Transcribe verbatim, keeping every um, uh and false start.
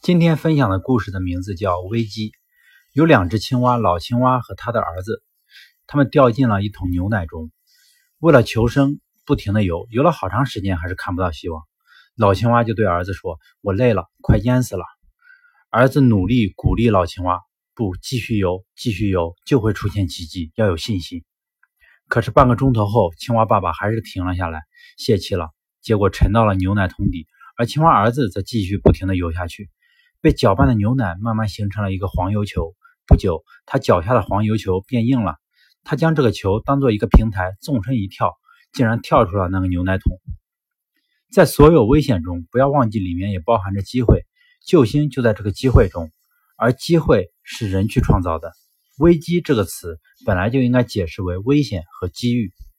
今天分享的故事的名字叫危机。有两只青蛙，老青蛙和他的儿子，他们掉进了一桶牛奶中，为了求生不停地游，游了好长时间还是看不到希望。老青蛙就对儿子说，我累了，快淹死了。儿子努力鼓励老青蛙，不，继续游，继续游，就会出现奇迹，要有信心。可是半个钟头后，青蛙爸爸还是停了下来，泄气了，结果沉到了牛奶桶底，而青蛙儿子则继续不停地游下去。被搅拌的牛奶慢慢形成了一个黄油球，不久，他脚下的黄油球变硬了，他将这个球当做一个平台，纵身一跳，竟然跳出了那个牛奶桶。在所有危险中，不要忘记里面也包含着机会，救星就在这个机会中，而机会是人去创造的。危机这个词本来就应该解释为危险和机遇。